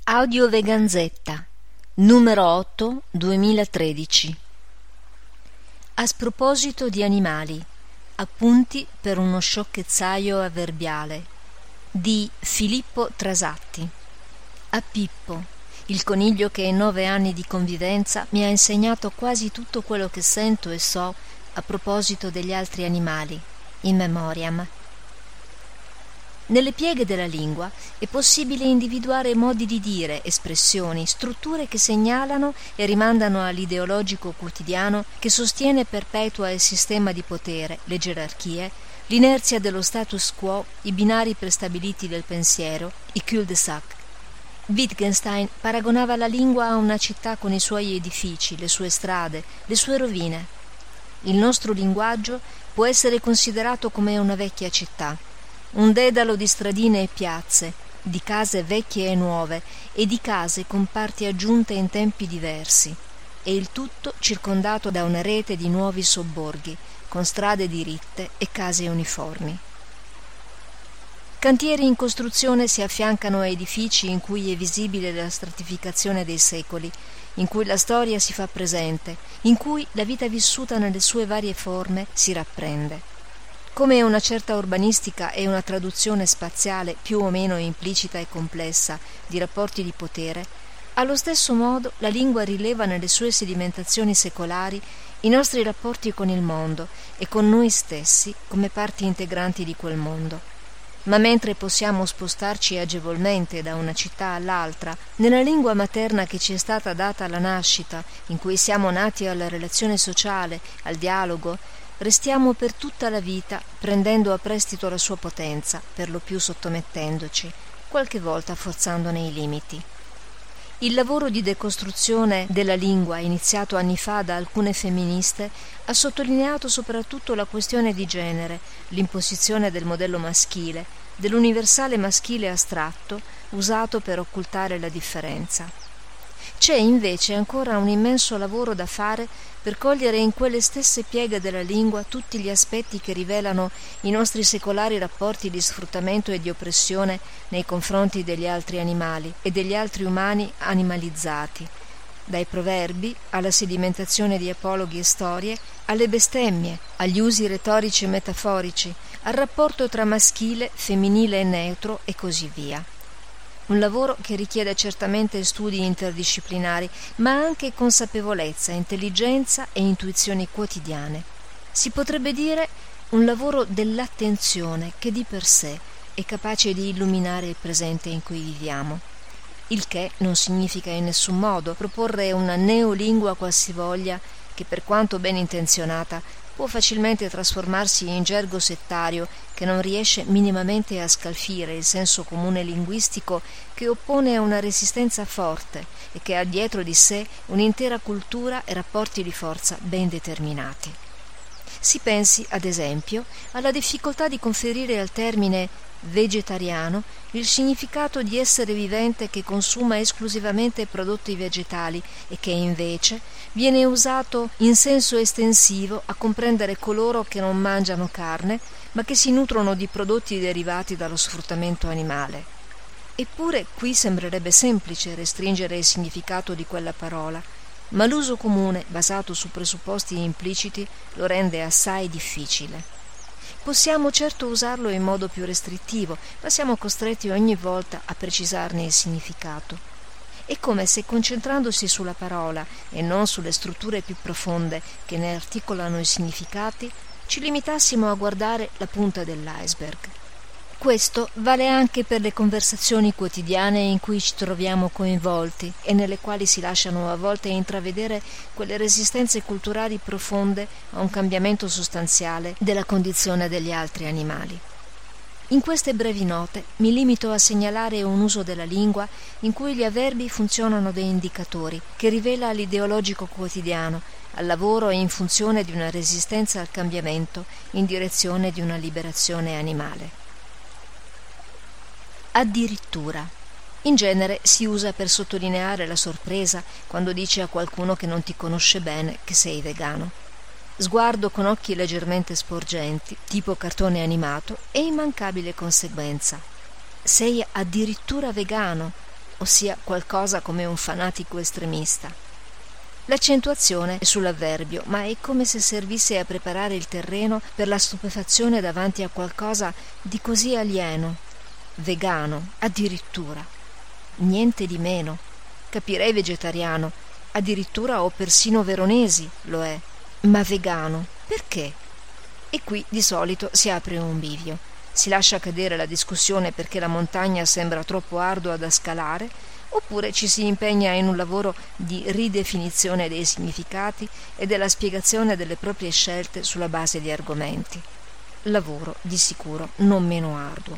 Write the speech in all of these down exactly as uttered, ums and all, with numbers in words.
Audio Veganzetta, numero otto, duemilatredici. A sproposito di animali, appunti per uno sciocchezzaio avverbiale di Filippo Trasatti. A Pippo, il coniglio che in nove anni di convivenza mi ha insegnato quasi tutto quello che sento e so a proposito degli altri animali, in memoriam. Nelle pieghe della lingua è possibile individuare modi di dire, espressioni, strutture che segnalano e rimandano all'ideologico quotidiano che sostiene e perpetua il sistema di potere, le gerarchie, l'inerzia dello status quo, i binari prestabiliti del pensiero, i cul-de-sac. Wittgenstein paragonava la lingua a una città con i suoi edifici, le sue strade, le sue rovine. Il nostro linguaggio può essere considerato come una vecchia città, un dedalo di stradine e piazze, di case vecchie e nuove e di case con parti aggiunte in tempi diversi, e il tutto circondato da una rete di nuovi sobborghi, con strade diritte e case uniformi. Cantieri in costruzione si affiancano a edifici in cui è visibile la stratificazione dei secoli, in cui la storia si fa presente, in cui la vita vissuta nelle sue varie forme si rapprende. Come una certa urbanistica è una traduzione spaziale più o meno implicita e complessa di rapporti di potere, allo stesso modo la lingua rileva nelle sue sedimentazioni secolari i nostri rapporti con il mondo e con noi stessi come parti integranti di quel mondo. Ma mentre possiamo spostarci agevolmente da una città all'altra, nella lingua materna che ci è stata data alla nascita, in cui siamo nati alla relazione sociale, al dialogo, restiamo per tutta la vita prendendo a prestito la sua potenza, per lo più sottomettendoci, qualche volta forzandone i limiti. Il lavoro di decostruzione della lingua, iniziato anni fa da alcune femministe, ha sottolineato soprattutto la questione di genere, l'imposizione del modello maschile, dell'universale maschile astratto usato per occultare la differenza. C'è invece ancora un immenso lavoro da fare per cogliere in quelle stesse pieghe della lingua tutti gli aspetti che rivelano i nostri secolari rapporti di sfruttamento e di oppressione nei confronti degli altri animali e degli altri umani animalizzati, dai proverbi alla sedimentazione di apologhi e storie, alle bestemmie, agli usi retorici e metaforici, al rapporto tra maschile, femminile e neutro e così via. Un lavoro che richiede certamente studi interdisciplinari, ma anche consapevolezza, intelligenza e intuizioni quotidiane. Si potrebbe dire un lavoro dell'attenzione che di per sé è capace di illuminare il presente in cui viviamo. Il che non significa in nessun modo proporre una neolingua qualsivoglia che, per quanto ben intenzionata, può facilmente trasformarsi in gergo settario che non riesce minimamente a scalfire il senso comune linguistico che oppone a una resistenza forte e che ha dietro di sé un'intera cultura e rapporti di forza ben determinati. Si pensi, ad esempio, alla difficoltà di conferire al termine vegetariano il significato di essere vivente che consuma esclusivamente prodotti vegetali e che invece viene usato in senso estensivo a comprendere coloro che non mangiano carne ma che si nutrono di prodotti derivati dallo sfruttamento animale. Eppure qui sembrerebbe semplice restringere il significato di quella parola, ma l'uso comune, basato su presupposti impliciti, lo rende assai difficile. Possiamo certo usarlo in modo più restrittivo, ma siamo costretti ogni volta a precisarne il significato. È come se, concentrandosi sulla parola e non sulle strutture più profonde che ne articolano i significati, ci limitassimo a guardare la punta dell'iceberg. Questo vale anche per le conversazioni quotidiane in cui ci troviamo coinvolti e nelle quali si lasciano a volte intravedere quelle resistenze culturali profonde a un cambiamento sostanziale della condizione degli altri animali. In queste brevi note mi limito a segnalare un uso della lingua in cui gli avverbi funzionano da indicatori, che rivela l'ideologico quotidiano, al lavoro e in funzione di una resistenza al cambiamento in direzione di una liberazione animale. Addirittura. In genere si usa per sottolineare la sorpresa quando dici a qualcuno che non ti conosce bene che sei vegano. Sguardo con occhi leggermente sporgenti, tipo cartone animato, e immancabile conseguenza. Sei addirittura vegano, ossia qualcosa come un fanatico estremista. L'accentuazione è sull'avverbio, ma è come se servisse a preparare il terreno per la stupefazione davanti a qualcosa di così alieno, vegano, addirittura. Niente di meno. Capirei vegetariano, addirittura o persino veronesi lo è, ma vegano, perché? E qui di solito si apre un bivio. Si lascia cadere la discussione perché la montagna sembra troppo ardua da scalare, oppure ci si impegna in un lavoro di ridefinizione dei significati e della spiegazione delle proprie scelte sulla base di argomenti. Lavoro di sicuro non meno arduo.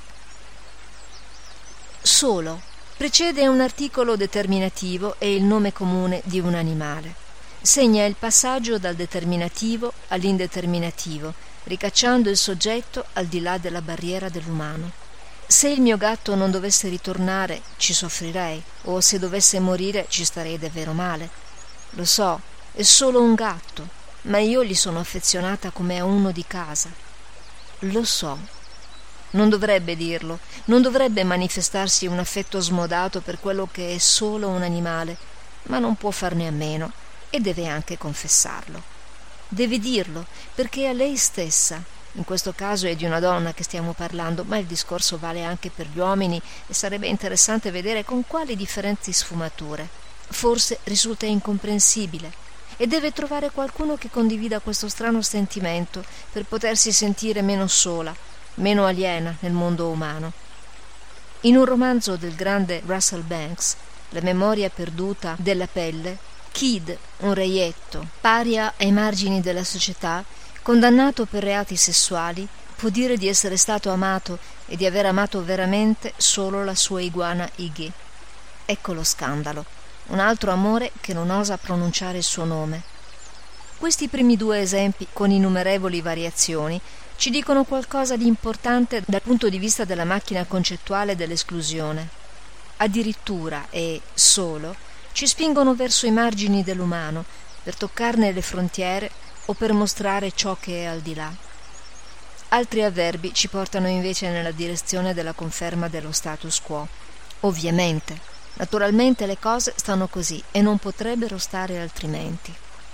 Solo precede un articolo determinativo e il nome comune di un animale. Segna il passaggio dal determinativo all'indeterminativo, ricacciando il soggetto al di là della barriera dell'umano. Se il mio gatto non dovesse ritornare, ci soffrirei, o se dovesse morire ci starei davvero male. Lo so, è solo un gatto, ma io gli sono affezionata come a uno di casa. Lo so. Non dovrebbe dirlo, non dovrebbe manifestarsi un affetto smodato per quello che è solo un animale, ma non può farne a meno e deve anche confessarlo. Deve dirlo, perché a lei stessa. In questo caso è di una donna che stiamo parlando, ma il discorso vale anche per gli uomini e sarebbe interessante vedere con quali differenti sfumature. Forse risulta incomprensibile e deve trovare qualcuno che condivida questo strano sentimento per potersi sentire meno sola, meno aliena nel mondo umano. In un romanzo del grande Russell Banks, La memoria perduta della pelle, Kid, un reietto, paria ai margini della società, condannato per reati sessuali, può dire di essere stato amato e di aver amato veramente solo la sua iguana Iggy. Ecco lo scandalo, un altro amore che non osa pronunciare il suo nome. Questi primi due esempi, con innumerevoli variazioni, ci dicono qualcosa di importante dal punto di vista della macchina concettuale dell'esclusione. Addirittura e solo ci spingono verso i margini dell'umano per toccarne le frontiere o per mostrare ciò che è al di là. Altri avverbi ci portano invece nella direzione della conferma dello status quo. Ovviamente, naturalmente le cose stanno così e non potrebbero stare altrimenti.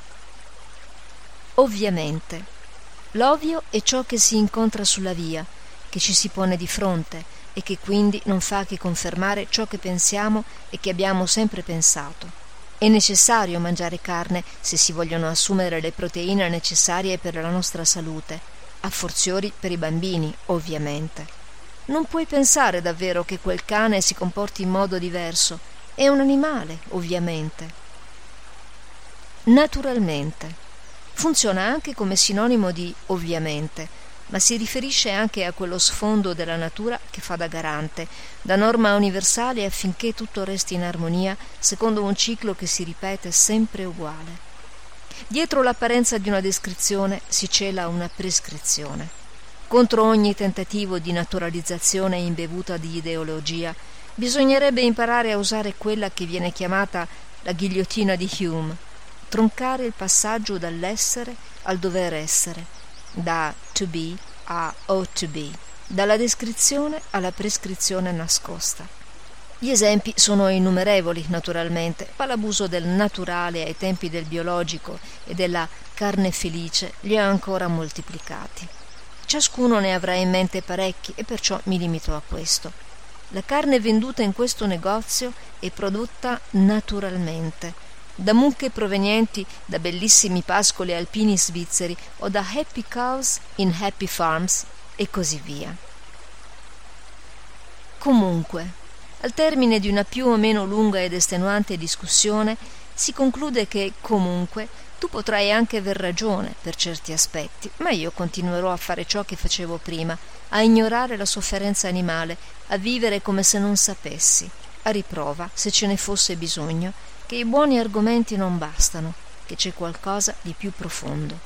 Ovviamente. L'ovvio è ciò che si incontra sulla via, che ci si pone di fronte e che quindi non fa che confermare ciò che pensiamo e che abbiamo sempre pensato. È necessario mangiare carne se si vogliono assumere le proteine necessarie per la nostra salute, a fortiori per i bambini, ovviamente. Non puoi pensare davvero che quel cane si comporti in modo diverso. È un animale, ovviamente. Naturalmente. Funziona anche come sinonimo di ovviamente, ma si riferisce anche a quello sfondo della natura che fa da garante, da norma universale affinché tutto resti in armonia secondo un ciclo che si ripete sempre uguale. Dietro l'apparenza di una descrizione si cela una prescrizione. Contro ogni tentativo di naturalizzazione imbevuta di ideologia, bisognerebbe imparare a usare quella che viene chiamata la ghigliottina di Hume, troncare il passaggio dall'essere al dover essere, da to be a ought to be, dalla descrizione alla prescrizione nascosta. Gli esempi sono innumerevoli, naturalmente, ma l'abuso del naturale ai tempi del biologico e della carne felice li ha ancora moltiplicati. Ciascuno ne avrà in mente parecchi e perciò mi limito a questo. La carne venduta in questo negozio è prodotta naturalmente, da mucche provenienti da bellissimi pascoli alpini svizzeri o da happy cows in happy farms e così via. Comunque, al termine di una più o meno lunga ed estenuante discussione, si conclude che, comunque, tu potrai anche aver ragione per certi aspetti, ma io continuerò a fare ciò che facevo prima, a ignorare la sofferenza animale, a vivere come se non sapessi, a riprova, se ce ne fosse bisogno, che i buoni argomenti non bastano, che c'è qualcosa di più profondo.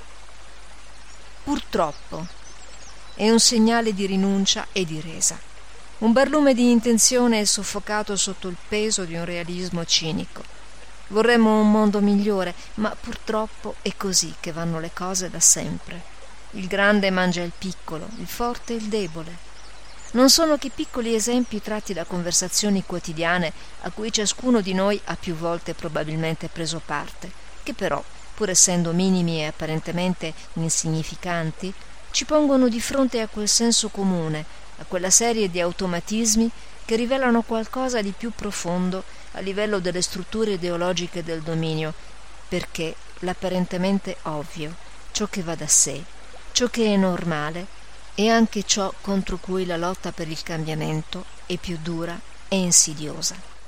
Purtroppo è un segnale di rinuncia e di resa. Un barlume di intenzione è soffocato sotto il peso di un realismo cinico. Vorremmo un mondo migliore, ma purtroppo è così che vanno le cose da sempre. Il grande mangia il piccolo, il forte il debole. non sono che piccoli esempi tratti da conversazioni quotidiane a cui ciascuno di noi ha più volte probabilmente preso parte, che però, pur essendo minimi e apparentemente insignificanti, ci pongono di fronte a quel senso comune, a quella serie di automatismi che rivelano qualcosa di più profondo a livello delle strutture ideologiche del dominio, perché l'apparentemente ovvio, ciò che va da sé, ciò che è normale, è anche ciò contro cui la lotta per il cambiamento è più dura e insidiosa.